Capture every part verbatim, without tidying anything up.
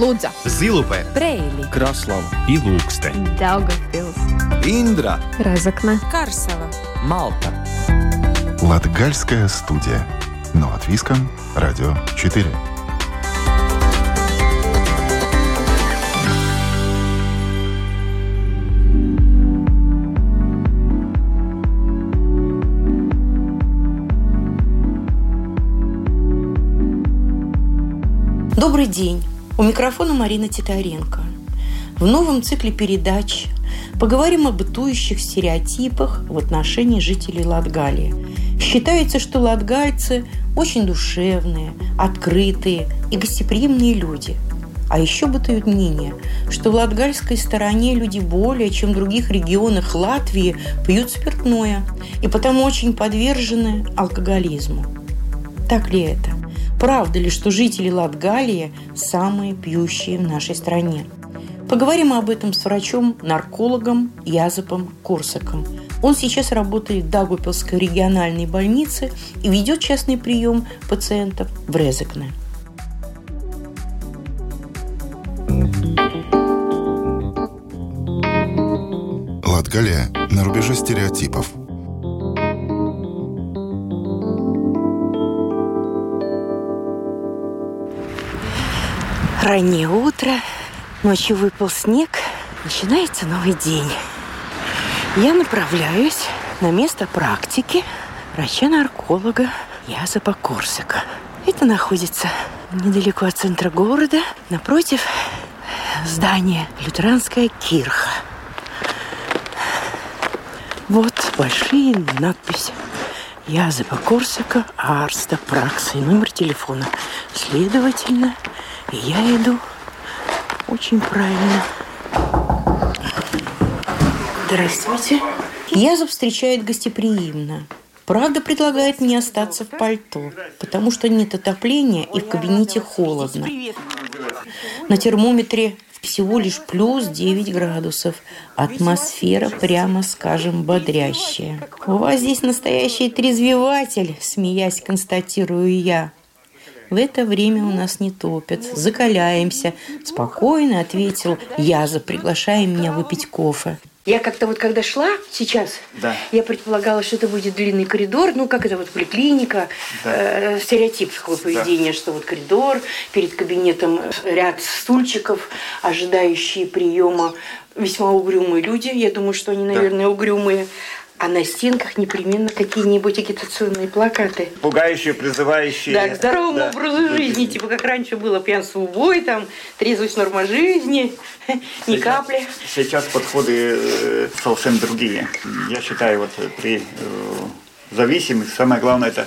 Лудза, Зилупе, Preili, Краслава и Ilūkste, Daugavpils, Индра, Разокна, Карсела, Малта. Латгальская студия. Но латвийском радио четыре. Добрый день! У микрофона Марина Титаренко. В новом цикле передач поговорим о бытующих стереотипах в отношении жителей Латгалии. Считается, что латгальцы очень душевные, открытые и гостеприимные люди. А еще бытует мнение, что в латгальской стороне люди более, чем в других регионах Латвии, пьют спиртное и потому очень подвержены алкоголизму. Так ли это? Правда ли, что жители Латгалии самые пьющие в нашей стране? Поговорим об этом с врачом-наркологом Язепом Курсаком. Он сейчас работает в Даугавпилской региональной больнице и ведет частный прием пациентов в Резекне. Латгалия на рубеже стереотипов. Раннее утро, ночью выпал снег, начинается новый день. Я направляюсь на место практики врача-нарколога Язепа Курсака. Это находится недалеко от центра города, напротив здания лютеранская кирха. Вот большие надписи. Язепа Курсака, Арста, Пракса и номер телефона. Следовательно, я иду очень правильно. Здравствуйте. Язеп встречает гостеприимно. Правда, предлагает мне остаться в пальто, потому что нет отопления и в кабинете холодно. На термометре всего лишь плюс девять градусов. Атмосфера, прямо скажем, бодрящая. У вас здесь настоящий трезвеватель, смеясь, констатирую я. В это время у нас не топят, закаляемся. Спокойно ответил Язеп, приглашая меня выпить кофе. Я как-то вот когда шла сейчас, да. Я предполагала, что это будет длинный коридор, ну как это вот поликлиника, да. э, стереотип такого поведения, да. Что вот коридор, перед кабинетом ряд стульчиков, ожидающие приема, весьма угрюмые люди. Я думаю, что они, наверное, да. угрюмые. А на стенках непременно какие-нибудь агитационные плакаты. Пугающие, призывающие. Да, к здоровому да. образу жизни. Типа как раньше было пьянство убой, там, трезвость норма жизни, ни капли. Сейчас подходы совсем другие. Я считаю, вот при зависимости самое главное это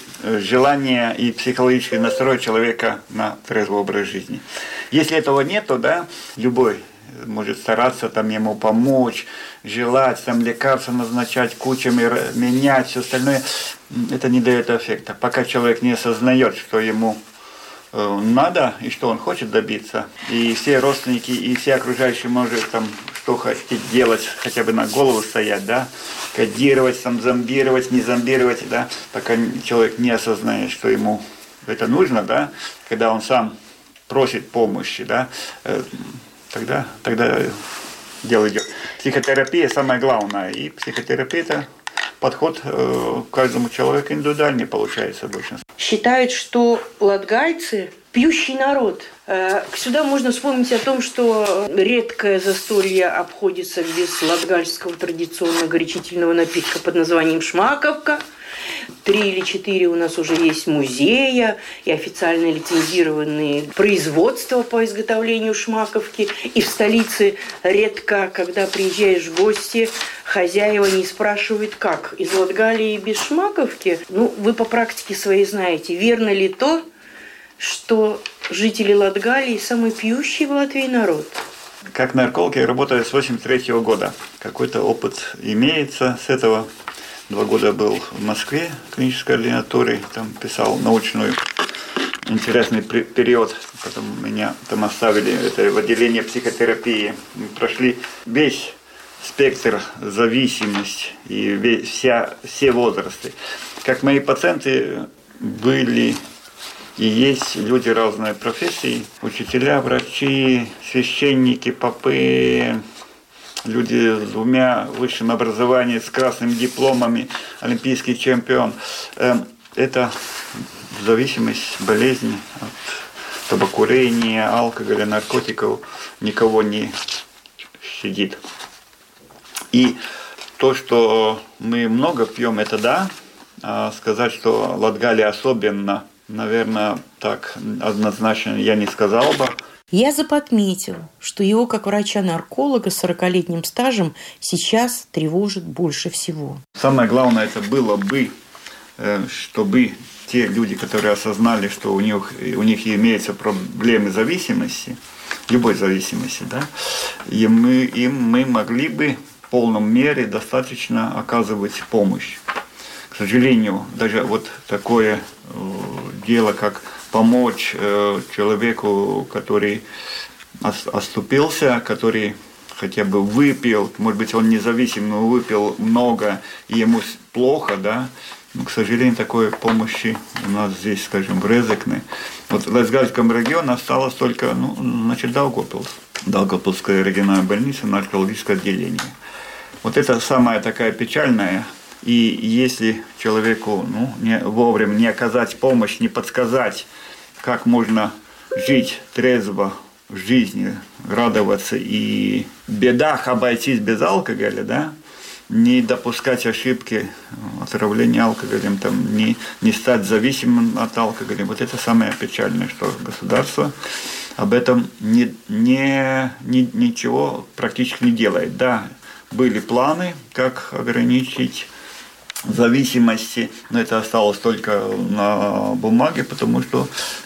желание и психологический настрой человека на трезвый образ жизни. Если этого нет, то да, любой может стараться там ему помочь, желать, там лекарства назначать кучами, менять, все остальное. Это не дает эффекта. Пока человек не осознает, что ему э, надо и что он хочет добиться, и все родственники, и все окружающие могут там что хотеть делать, хотя бы на голову стоять, да, кодировать, там, зомбировать, не зомбировать, да, пока человек не осознает, что ему это нужно, да, когда он сам просит помощи, да, э, Тогда, тогда дело идет. Психотерапия самое главное. И психотерапия – это подход э, к каждому человеку индивидуальный получается больше. Считают, что латгальцы – пьющий народ. Э, сюда можно вспомнить о том, что редкое застолье обходится без латгальского традиционного горячительного напитка под названием шмаковка. Три или четыре у нас уже есть музея и официально лицензированные производства по изготовлению шмаковки. И в столице редко, когда приезжаешь в гости, хозяева не спрашивают, как, из Латгалии без шмаковки? Ну, вы по практике своей знаете, верно ли то, что жители Латгалии самый пьющий в Латвии народ? Как нарколог я работаю с восемьдесят третьего года. Какой-то опыт имеется с этого. Два года был в Москве в клинической ординатуре, там писал научную, интересный период, потом меня там оставили это в отделении психотерапии. Мы прошли весь спектр зависимости и весь, вся, все возрасты. Как мои пациенты были И есть люди разной профессии, учителя, врачи, священники, попы, люди с двумя высшим образованием, с красными дипломами, олимпийский чемпион. Это зависимость, болезни от табакурения, алкоголя, наркотиков никого не щадит. И то, что мы много пьем, это да. А сказать, что Латгалия особенно, наверное, так однозначно я не сказал бы. Язов отметил, что его, как врача-нарколога с сорокалетним стажем, сейчас тревожит больше всего. Самое главное, это было бы, чтобы те люди, которые осознали, что у них, у них имеются проблемы зависимости, любой зависимости, да, и мы, им мы могли бы в полном мере достаточно оказывать помощь. К сожалению, даже вот такое дело, как помочь человеку, который оступился, который хотя бы выпил, может быть, он независим, но выпил много, и ему плохо, да. Но, к сожалению, такой помощи у нас здесь, скажем, в Резекне. Вот в Латгальском регионе осталось только, ну, значит, Даугавпилс. Даугавпилская региональная больница, наркологическое отделение. Вот это самая такая печальная. И если человеку, ну, не, вовремя не оказать помощь, не подсказать, как можно жить трезво в жизни, радоваться и в бедах обойтись без алкоголя, да, не допускать ошибки, отравления алкоголем, там, не, не стать зависимым от алкоголя. Вот это самое печальное, что государство об этом не, не, не, ничего практически не делает. Да, были планы, как ограничить зависимости, но это осталось только на бумаге, потому что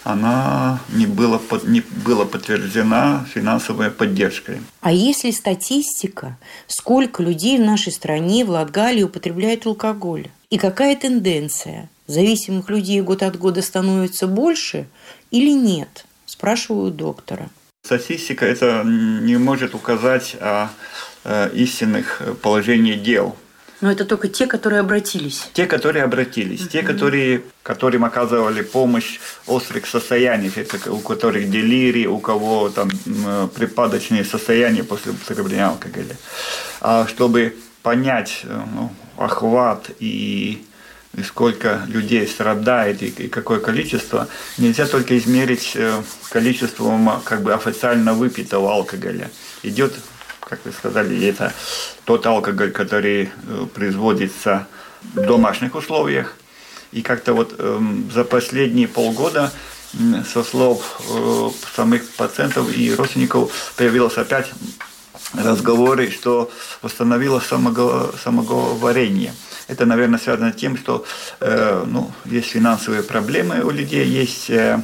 она не была, не была подтверждена финансовой поддержкой. А есть ли статистика, сколько людей в нашей стране, в Латгалии, употребляют алкоголь? И какая тенденция? Зависимых людей год от года становится больше или нет? Спрашиваю у доктора. Статистика это не может указать о истинных положениях дел. Но это только те, которые обратились. Те, которые обратились. Uh-huh. Те, которые, которым оказывали помощь в острых состояниях. Это у которых делирий, у кого там припадочные состояния после употребления алкоголя. А чтобы понять, ну, охват и, и сколько людей страдает, и, и какое количество, нельзя только измерить количеством как бы официально выпитого алкоголя. Идет, как вы сказали, это тот алкоголь, который производится в домашних условиях. И как-то вот э, за последние полгода, э, со слов э, самих пациентов и родственников, появилось опять разговоры, что восстановилось самого, самоговорение. Это, наверное, связано с тем, что э, ну, есть финансовые проблемы у людей, есть э,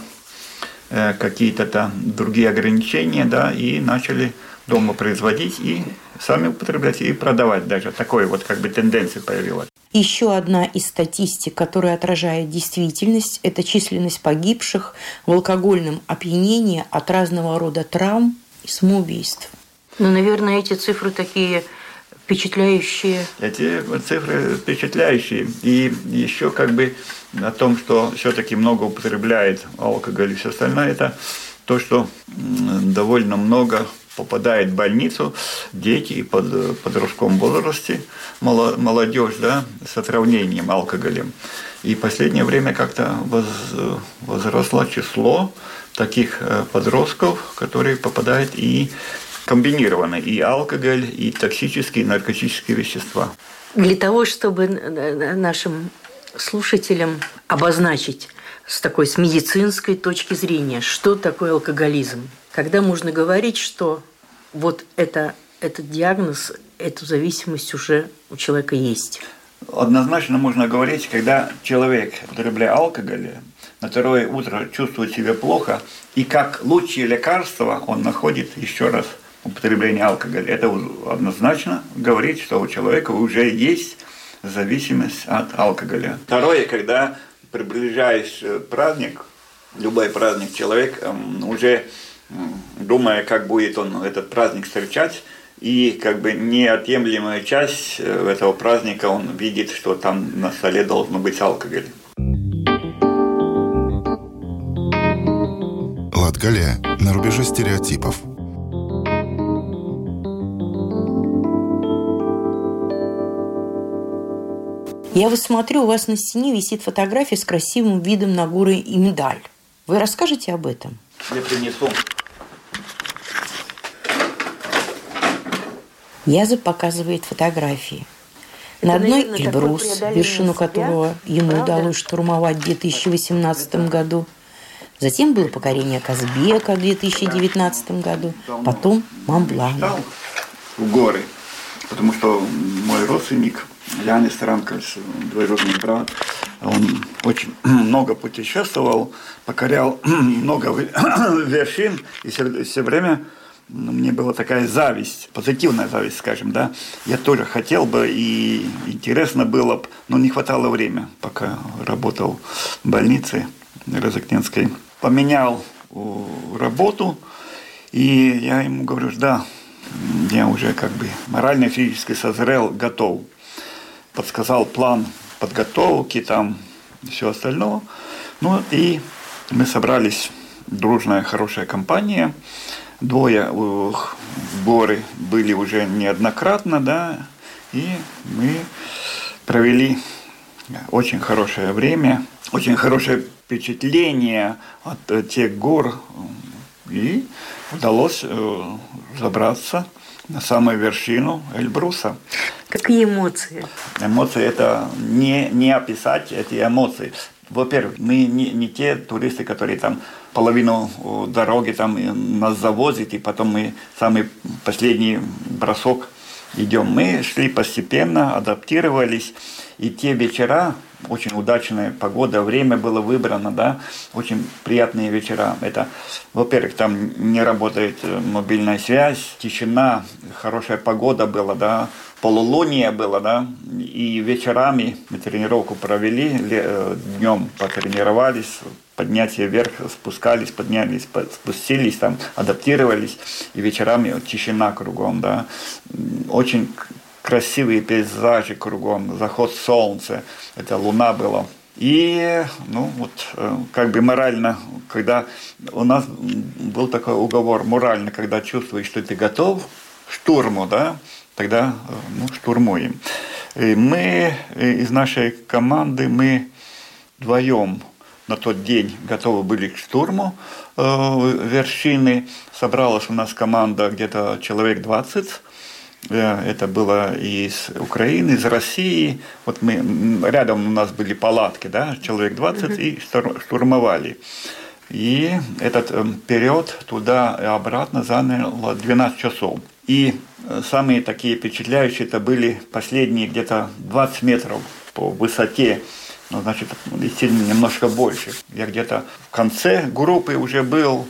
э, какие-то там другие ограничения, да, и начали дома производить и сами употреблять и продавать даже. Такой вот как бы тенденция появилась. Еще одна из статистик, которая отражает действительность, это численность погибших в алкогольном опьянении от разного рода травм и самоубийств. Ну, наверное, эти цифры такие впечатляющие. Эти цифры впечатляющие. И еще как бы о том, что все-таки много употребляет алкоголь и все остальное, это то, что довольно много попадает в больницу дети и под подростковом возрасте, молодежь, да, с отравлением алкоголем. И в последнее время как-то воз, возросло число таких подростков, которые попадают и комбинированно, и алкоголь, и токсические, и наркотические вещества. Для того, чтобы нашим слушателям обозначить с такой, с медицинской точки зрения, что такое алкоголизм, когда можно говорить, что вот это, этот диагноз, эту зависимость уже у человека есть? Однозначно можно говорить, когда человек, употребляя алкоголь, на второе утро чувствует себя плохо, и как лучшее лекарство он находит еще раз употребление алкоголя. Это однозначно говорит, что у человека уже есть зависимость от алкоголя. Второе, когда приближаешь праздник, любой праздник, человек уже думая, как будет он этот праздник встречать, и как бы неотъемлемая часть этого праздника он видит, что там на столе должно быть алкоголь. Латгалия на рубеже стереотипов. Я вот смотрю, у вас на стене висит фотография с красивым видом на горы Имдаль. Вы расскажете об этом? Я принесу. Язып показывает фотографии. На одной Эльбрус, вершину которого ему правда? удалось штурмовать в две тысячи восемнадцатом году. Затем было покорение Казбека в две тысячи девятнадцатом году. Потом Монблан. В горы, потому что мой родственник Янис Ранкальс, двоюродный брат, он очень много путешествовал, покорял много вершин, и все, все время мне была такая зависть, позитивная зависть, скажем, да. Я тоже хотел бы, и интересно было бы, но не хватало времени, пока работал в больнице Розыкненской. Поменял работу, и я ему говорю, да, я уже как бы морально и физически созрел, готов. Подсказал план подготовки, там, все остальное. Ну, и мы собрались, дружная, хорошая компания. Двое в горы были уже неоднократно, да, и мы провели очень хорошее время, очень хорошее впечатление от тех гор, и удалось забраться на самую вершину Эльбруса. Какие эмоции? Эмоции это не, не описать эти эмоции. Во-первых, мы не, не те туристы, которые там половину дороги там нас завозят, и потом мы самый последний бросок идем. Мы шли постепенно, адаптировались, и те вечера, очень удачная погода, время было выбрано, да, очень приятные вечера. Это, во-первых, там не работает мобильная связь, тишина, хорошая погода была, да, полулуние было, да, и вечерами мы тренировку провели, днем потренировались, поднятие вверх, спускались, поднялись, спустились, там, адаптировались, и вечерами тишина кругом, да, очень красивые пейзажи кругом, заход солнца, это луна была. И, ну, вот, как бы морально, когда у нас был такой уговор, морально, когда чувствуешь, что ты готов к штурму, да, тогда, ну, штурмуем. И мы из нашей команды, мы вдвоем на тот день готовы были к штурму э, вершины. Собралась у нас команда где-то человек двадцать. Это было из Украины, из России. Вот мы, рядом у нас были палатки, да, человек двадцать, mm-hmm. и штурмовали. И этот э, период туда и обратно заняло двенадцать часов. И самые такие впечатляющие это были последние где-то двадцать метров по высоте. Ну, значит, действительно немножко больше. Я где-то в конце группы уже был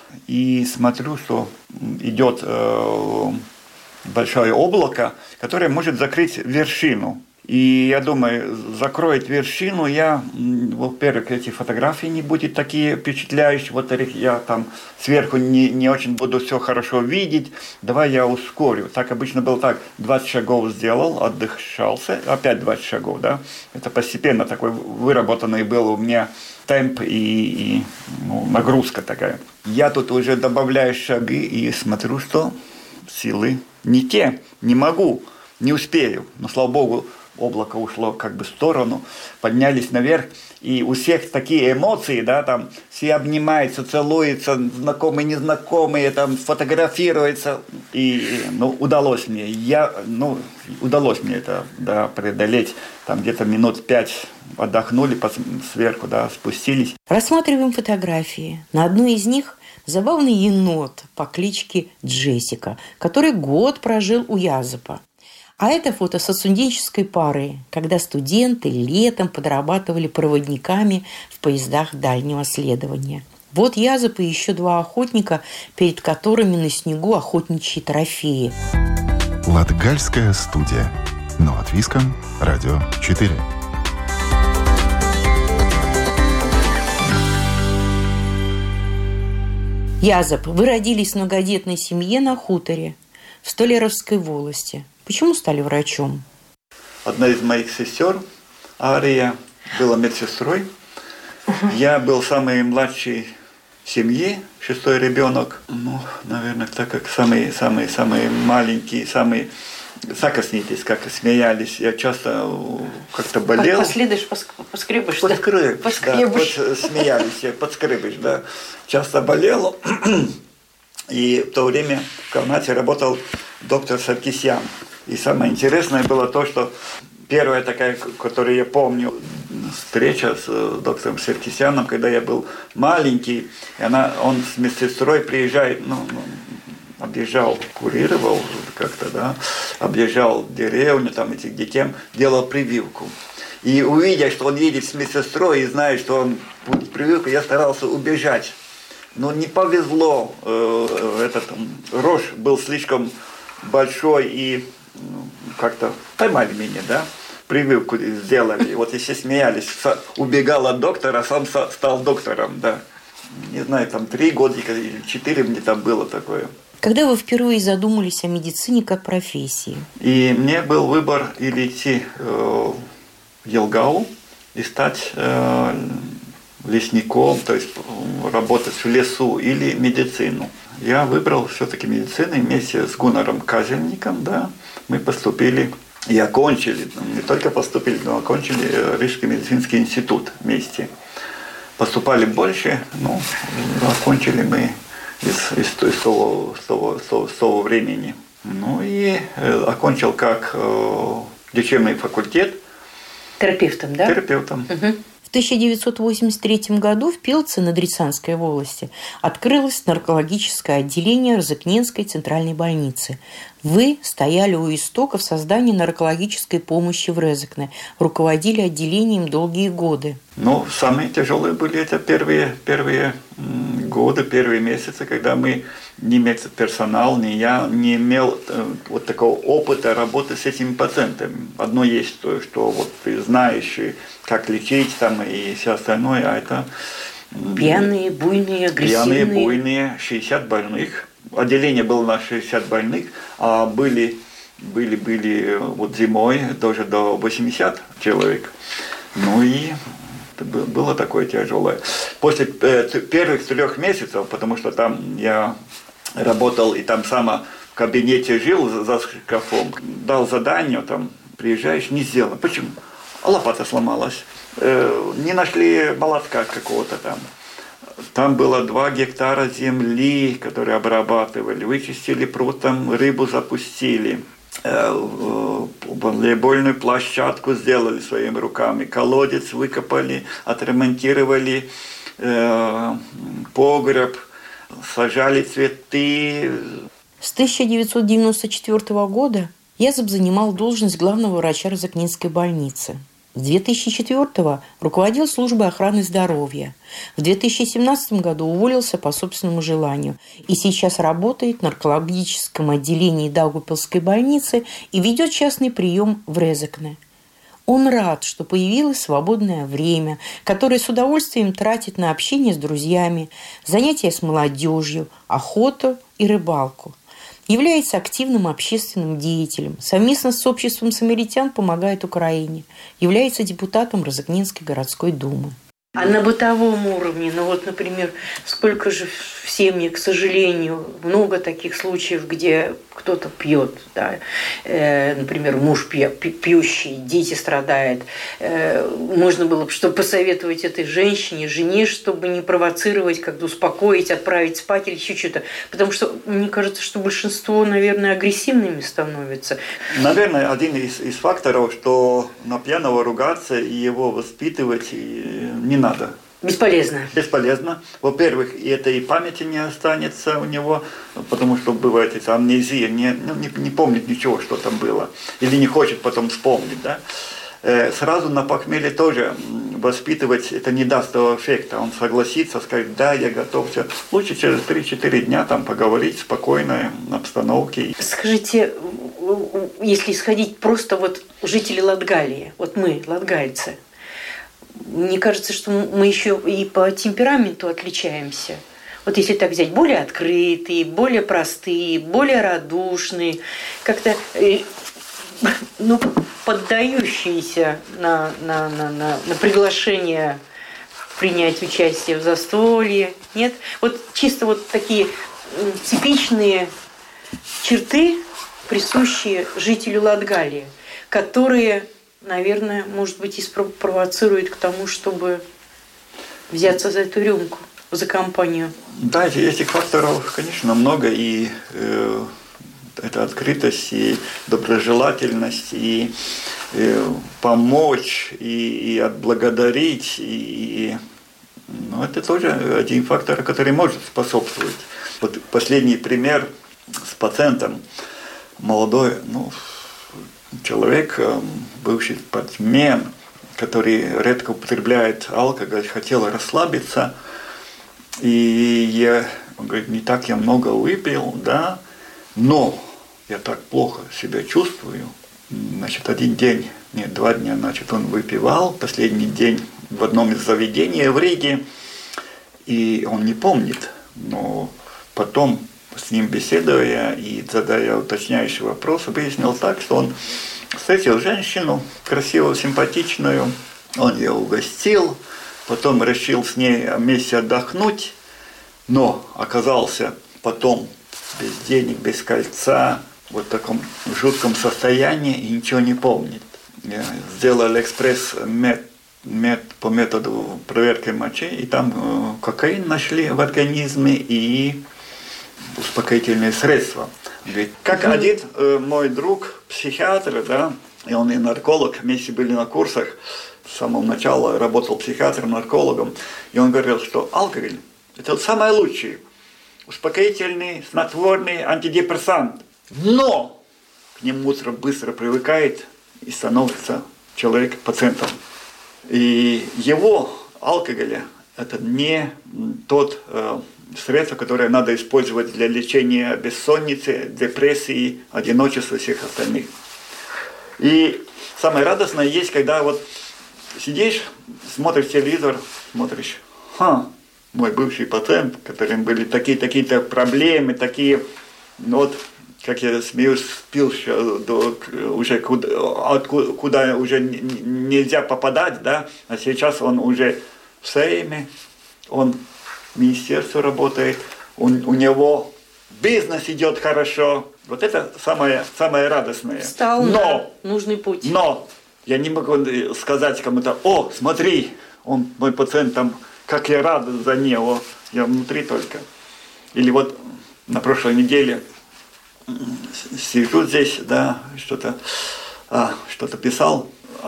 и смотрю, что идет э, большое облако, которое может закрыть вершину. И я думаю, закроет вершину, я, во-первых, эти фотографии не будут такие впечатляющие, во-вторых, я там сверху не, не очень буду все хорошо видеть, давай я ускорю. Так обычно было так, двадцать шагов сделал, отдышался, опять двадцать шагов, да. Это постепенно такой выработанный был у меня темп и, и ну, нагрузка такая. Я тут уже добавляю шаги и смотрю, что силы не те, не могу, не успею, но, слава богу, облако ушло как бы в сторону, поднялись наверх, и у всех такие эмоции, да, там все обнимаются, целуются, знакомые, незнакомые, там фотографируются, и, ну, удалось мне, я, ну, удалось мне это, да, преодолеть, там где-то минут пять отдохнули сверху, да, спустились. Рассматриваем фотографии. На одной из них забавный енот по кличке Джессика, который год прожил у Языпа. А это фото со студенческой парой, когда студенты летом подрабатывали проводниками в поездах дальнего следования. Вот Язып и еще два охотника, перед которыми на снегу охотничьи трофеи. Латгальская студия. Но от Виском. Радио четыре. Язып, вы родились в многодетной семье на хуторе в Столеровской волости. Почему стали врачом? Одна из моих сестер, Ария, была медсестрой. Uh-huh. Я был самый младший в семьи, шестой ребенок. Ну, наверное, так как самые-самые-самые маленькие, самые сакоснитесь, как смеялись. Я часто как-то болел. Последуешь, поскребышь, Подскреб, да? Поскребышь. Да, под, смеялись, подскребышь, да. Часто болел. И в то время в комнате работал доктор Саркисян. И самое интересное было то, что первая такая, которую я помню, встреча с доктором Саркисяном, когда я был маленький, и она, он с медсестрой приезжает, ну, объезжал, курировал как-то, да, объезжал деревню, там этих детей, делал прививку. И увидя, что он едет с медсестрой и зная, что он будет прививку, я старался убежать. Но не повезло, э, этот рожь был слишком большой и ну, как-то поймали меня, да, прививку сделали. Вот и все смеялись, убегал от доктора, а сам стал доктором, да. Не знаю, там три годика или четыре мне там было такое. Когда вы впервые задумались о медицине как профессии? И мне был выбор или идти э, в Елгау и стать э, лесником, то есть работать в лесу, или медицину. Я выбрал все-таки медицину вместе с Гуннаром Казельником, да. Мы поступили и окончили, не только поступили, но окончили Рижский медицинский институт вместе. Поступали больше, ну, окончили мы из, из, из, того, из, того, из, того, из того времени. Ну и э, окончил как э, лечебный факультет. Терапевтом, да? Терапевтом. Угу. В тысяча девятьсот восемьдесят третьем году в Пилце над Рязанской волости открылось наркологическое отделение Розыкненской центральной больницы. Вы стояли у истоков создания наркологической помощи в Резекне, руководили отделением долгие годы. Ну, самые тяжелые были это первые, первые годы, первые месяцы, когда мы не имели персонал, ни я не имел э, вот такого опыта работы с этими пациентами. Одно есть то, что вот ты знаешь, как лечить там и все остальное, а это... Пьяные, буйные, агрессивные. Пьяные, буйные, шестьдесят больных. Отделение было на шестьдесят больных, а были, были, были вот зимой тоже до восьмидесяти человек. Ну и это было такое тяжелое. После первых трех месяцев, потому что там я работал и там сама в кабинете жил за шкафом, дал задание, там приезжаешь, не сделано. Почему? Лопата сломалась. Не нашли молотка какого-то там. Там было два гектара земли, которые обрабатывали, вычистили пруд, там рыбу запустили, волейбольную площадку сделали своими руками, колодец выкопали, отремонтировали, э, погреб, сажали цветы. С тысяча девятьсот девяносто четвёртого года Язоб занимал должность главного врача Розыкненской больницы. С две тысячи четвёртого руководил службой охраны здоровья. В две тысячи семнадцатом году уволился по собственному желанию и сейчас работает в наркологическом отделении Даугавпилской больницы и ведет частный прием в Резекне. Он рад, что появилось свободное время, которое с удовольствием тратит на общение с друзьями, занятия с молодежью, охоту и рыбалку. Является активным общественным деятелем, совместно с обществом самаритян помогает Украине, является депутатом Розыкненской городской думы. А на бытовом уровне, ну вот, например, сколько же в семье, к сожалению, много таких случаев, где кто-то пьет, да? э, например, муж пья, пьющий, дети страдают. Э, можно было бы что посоветовать этой женщине, жене, чтобы не провоцировать, как-то успокоить, отправить спать или еще что-то. Потому что мне кажется, что большинство, наверное, агрессивными становятся. Наверное, один из, из факторов, что на пьяного ругаться и его воспитывать не надо. Бесполезно. Бесполезно. Во-первых, и это и памяти не останется у него, потому что бывает эта амнезия, не, ну, не, не помнит ничего, что там было, или не хочет потом вспомнить. Да? Э, сразу на похмелье тоже воспитывать это не даст того эффекта. Он согласится, скажет, да, я готов. Все. Лучше через три-четыре дня там поговорить в спокойной обстановке. Скажите, если исходить просто вот жители Латгалии, вот мы, латгальцы, мне кажется, что мы еще и по темпераменту отличаемся. Вот если так взять, более открытые, более простые, более радушные, как-то ну, поддающиеся на, на, на, на, на приглашение принять участие в застолье. Нет? Вот чисто вот такие типичные черты, присущие жителю Латгалии, которые, наверное, может быть, и спровоцируют к тому, чтобы взяться за эту рюмку, за компанию. Да, этих факторов, конечно, много, и э, это открытость, и доброжелательность, и э, помочь, и, и отблагодарить, и, и ну, это тоже один фактор, который может способствовать. Вот последний пример с пациентом, молодой, ну, человек, бывший спортсмен, который редко употребляет алкоголь, хотел расслабиться, и я, он говорит, не так я много выпил, да, но я так плохо себя чувствую. Значит, один день, нет, два дня, значит, он выпивал, последний день в одном из заведений в Риге, и он не помнит, но потом с ним беседуя и задая уточняющий вопрос, выяснил так, что он встретил женщину красивую, симпатичную, он ее угостил, потом решил с ней вместе отдохнуть, но оказался потом без денег, без кольца, вот в таком жутком состоянии и ничего не помнит. Я сделал экспресс-мет мет, по методу проверки мочи, и там кокаин нашли в организме и успокоительные средства. Говорит, как один э, мой друг, психиатр, да, и он и нарколог, вместе были на курсах, с самого начала работал психиатром, наркологом, и он говорил, что алкоголь – это самый лучший успокоительный, снотворный антидепрессант. Но к нему быстро, быстро привыкает и становится человек пациентом. И его алкоголя – это не тот э, средство, которое надо использовать для лечения бессонницы, депрессии, одиночества и всех остальных. И самое радостное есть, когда вот сидишь, смотришь телевизор, смотришь, ха, мой бывший пациент, у которого были такие-такие-то проблемы, такие, ну вот, как я смеюсь, пил до, уже куда, откуда, куда уже нельзя попадать, да, а сейчас он уже в Сейме, он в министерстве работает, он, у него бизнес идет хорошо. Вот это самое, самое радостное. Стал на нужный путь. Но я не могу сказать кому-то, о, смотри, он мой пациент, там, как я рад за него, я внутри только. Или вот на прошлой неделе сижу здесь, да, что-то а, что-то писал.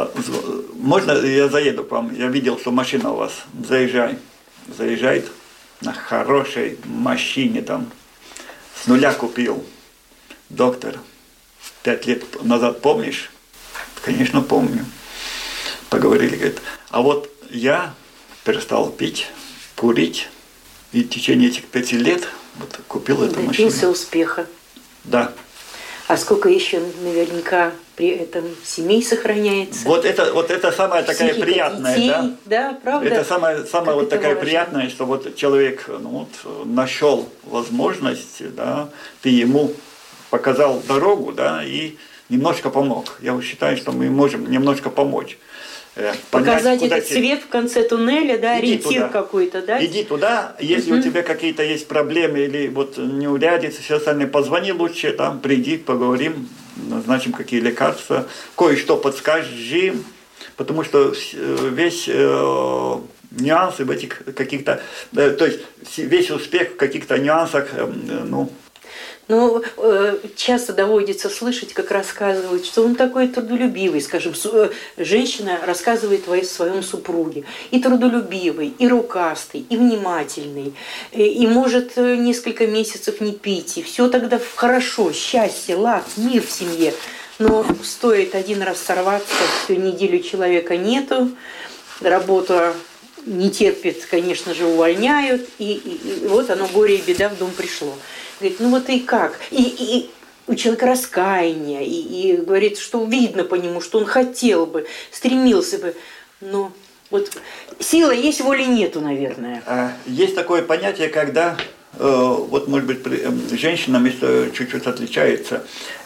Можно я заеду к вам? Я видел, что машина у вас. Заезжай. Заезжает на хорошей машине там. С нуля купил. Доктор, пять лет назад помнишь? Конечно, помню. Поговорили, говорит, а вот я перестал пить, курить, и в течение этих пяти лет вот, купил эту машину. Добился успеха. Да. А сколько еще наверняка при этом семей сохраняется? Вот это, вот это самая такая Психика приятная, детей, да? Да, правда. Это самая, самая вот такая важно. приятная, что вот человек ну, вот, нашел возможность, да, ты ему показал дорогу, да, и немножко помог. Я считаю, что мы можем немножко помочь. Показать понять, этот свет в конце туннеля, да, Иди ориентир туда. какой-то, да? Иди туда, если угу. у тебя какие-то есть проблемы или вот неурядицы, все остальное, позвони лучше, там, приди, поговорим, назначим какие лекарства, кое-что подскажем, потому что весь э, нюансы в этих каких-то, э, то есть весь успех в каких-то нюансах, э, ну, Ну, часто доводится слышать, как рассказывают, что он такой трудолюбивый, скажем, женщина рассказывает о своем супруге. И трудолюбивый, и рукастый, и внимательный, и может несколько месяцев не пить, и все тогда хорошо, счастье, лад, мир в семье. Но стоит один раз сорваться, всю неделю человека нету, работа не терпит, конечно же, увольняют, и, и, и вот оно, горе и беда в дом пришло. Говорит, ну вот и как? И, и у человека раскаяние, и, и говорит, что видно по нему, что он хотел бы, стремился бы, но вот сила есть, воли нету, наверное. Есть такое понятие, когда, вот может быть, женщинам это чуть-чуть отличается,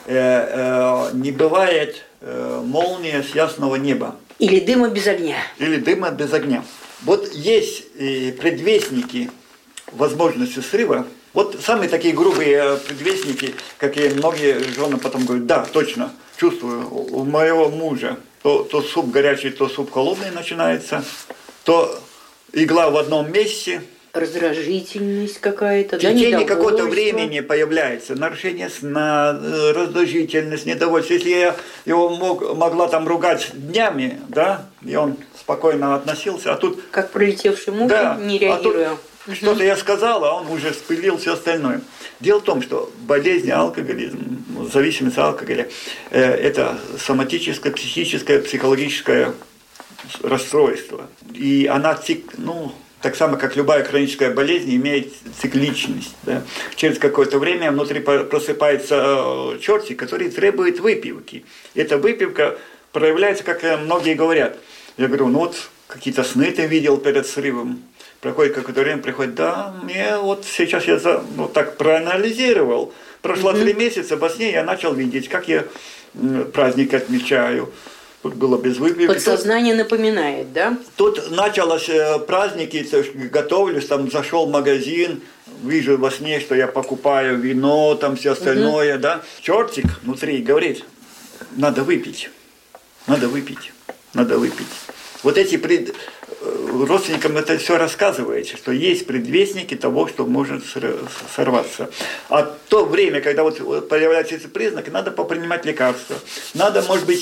не бывает молния с ясного неба. Или дыма без огня. Или дыма без огня. Вот есть предвестники возможности срыва. Вот самые такие грубые предвестники, какие многие жены потом говорят, да, точно, чувствую, у моего мужа то, то суп горячий, то суп холодный начинается, то игла в одном месте. Раздражительность какая-то, в течение какого-то времени появляется нарушение сна, раздражительность, недовольство. Если я его мог, могла там ругать днями, да, и он спокойно относился, а тут... Как пролетевший муж, да, не реагируя. А тут что-то я сказала, а он уже спылил все остальное. Дело в том, что болезнь, алкоголизм, зависимость от алкоголя э, – это соматическое, психическое, психологическое расстройство. И она, ну... так само, как любая хроническая болезнь, имеет цикличность. Да? Через какое-то время внутри просыпается чертик, который требует выпивки. Эта выпивка проявляется, как многие говорят. Я говорю, ну вот какие-то сны ты видел перед срывом. Проходит какое-то время, приходит, да, мне вот сейчас я за, ну, так проанализировал. Прошло три mm-hmm. месяца, во сне я начал видеть, как я праздник отмечаю. Тут было без выпивки. Подсознание тут напоминает, да? Тут началось праздники, готовлюсь, там зашел в магазин, вижу во сне, что я покупаю вино, там все остальное, угу. да. Чертик внутри говорит, надо выпить, надо выпить, надо выпить. Вот эти пред... родственникам это все рассказывается, что есть предвестники того, что может сорваться. А то время, когда вот появляются эти признаки, надо попринимать лекарства. Надо, может быть,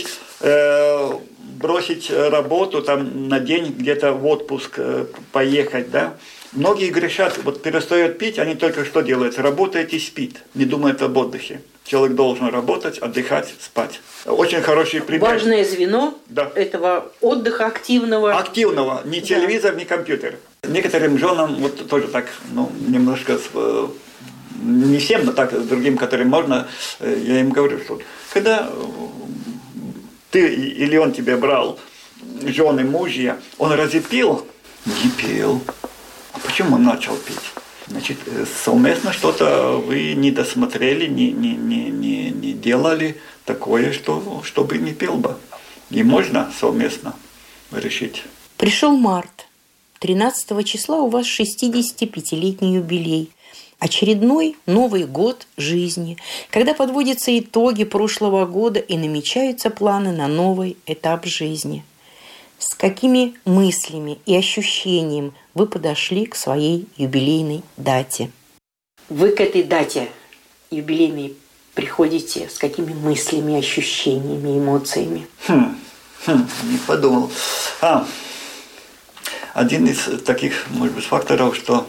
э, бросить работу там, на день где-то в отпуск, э, поехать, да. Многие грешат, вот перестают пить, они только что делают? Работает и спит, не думают об отдыхе. Человек должен работать, отдыхать, спать. Очень хороший пример. Важное звено да. этого отдыха активного. Активного, ни телевизор, да. ни компьютер. Некоторым женам вот тоже так, ну, немножко, не всем, но так, другим, которым можно, я им говорю, что когда ты или он тебе брал жены, мужья, он разве пил? Не пил. А почему он начал пить? Значит, совместно что-то вы не досмотрели, не, не, не, не, не делали такое, что, чтобы не пил бы. И можно совместно решить. Пришел март. тринадцатого числа у вас шестидесятипятилетний юбилей. Очередной Новый год жизни, когда подводятся итоги прошлого года и намечаются планы на новый этап жизни. С какими мыслями и ощущением вы подошли к своей юбилейной дате? Вы к этой дате юбилейной приходите с какими мыслями, ощущениями, эмоциями? Хм, хм, не подумал. А, один из таких, может быть, факторов, что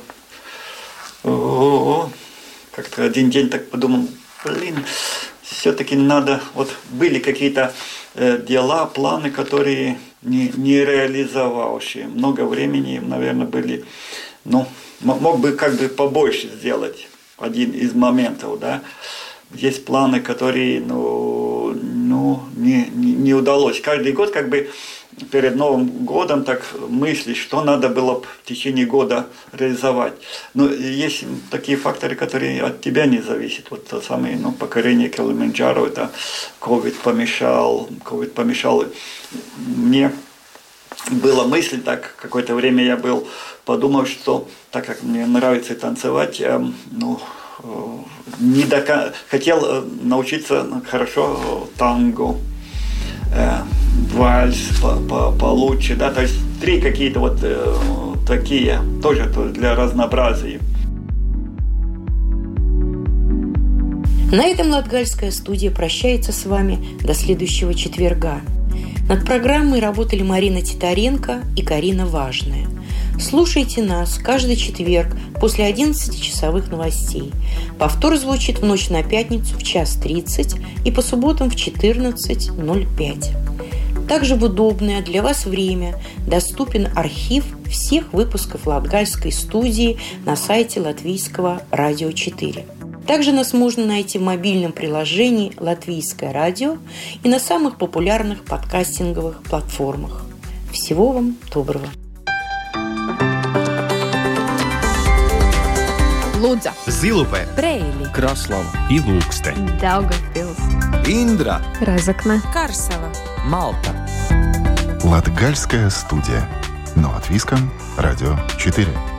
о-о-о, как-то один день так подумал, блин, все-таки надо, вот были какие-то э, дела, планы, которые не, не реализовавшие. Много времени, наверное, были, ну, мог бы как бы побольше сделать. Один из моментов, да. Есть планы, которые, ну, ну не, не, не удалось. Каждый год как бы перед Новым годом так мыслишь, что надо было в течение года реализовать. Но есть такие факторы, которые от тебя не зависят. Вот то самое, ну, покорение Килиманджаро, это ковид помешал, ковид помешал. Мне была мысль так, какое-то время я был, подумал, что так как мне нравится танцевать, я, ну, не дока... хотел научиться хорошо танго, э, вальс по -по получше, да, то есть три какие-то вот э, такие, тоже для разнообразия. На этом Латгальская студия прощается с вами до следующего четверга. Над программой работали Марина Титаренко и Карина Важная. Слушайте нас каждый четверг после одиннадцатичасовых новостей. Повтор звучит в ночь на пятницу в час тридцать и по субботам в четырнадцать ноль пять. Также в удобное для вас время доступен архив всех выпусков Латгальской студии на сайте Латвийского радио четыре. Также нас можно найти в мобильном приложении «Латвийское радио» и на самых популярных подкастинговых платформах. Всего вам доброго! Лудза, Зилупе, Брейли, Краслава и Ilūkste, Daugavpils, Индра, Разокна, Карсела, Малта. Латгальская студия. Но от Виска, Радио четыре.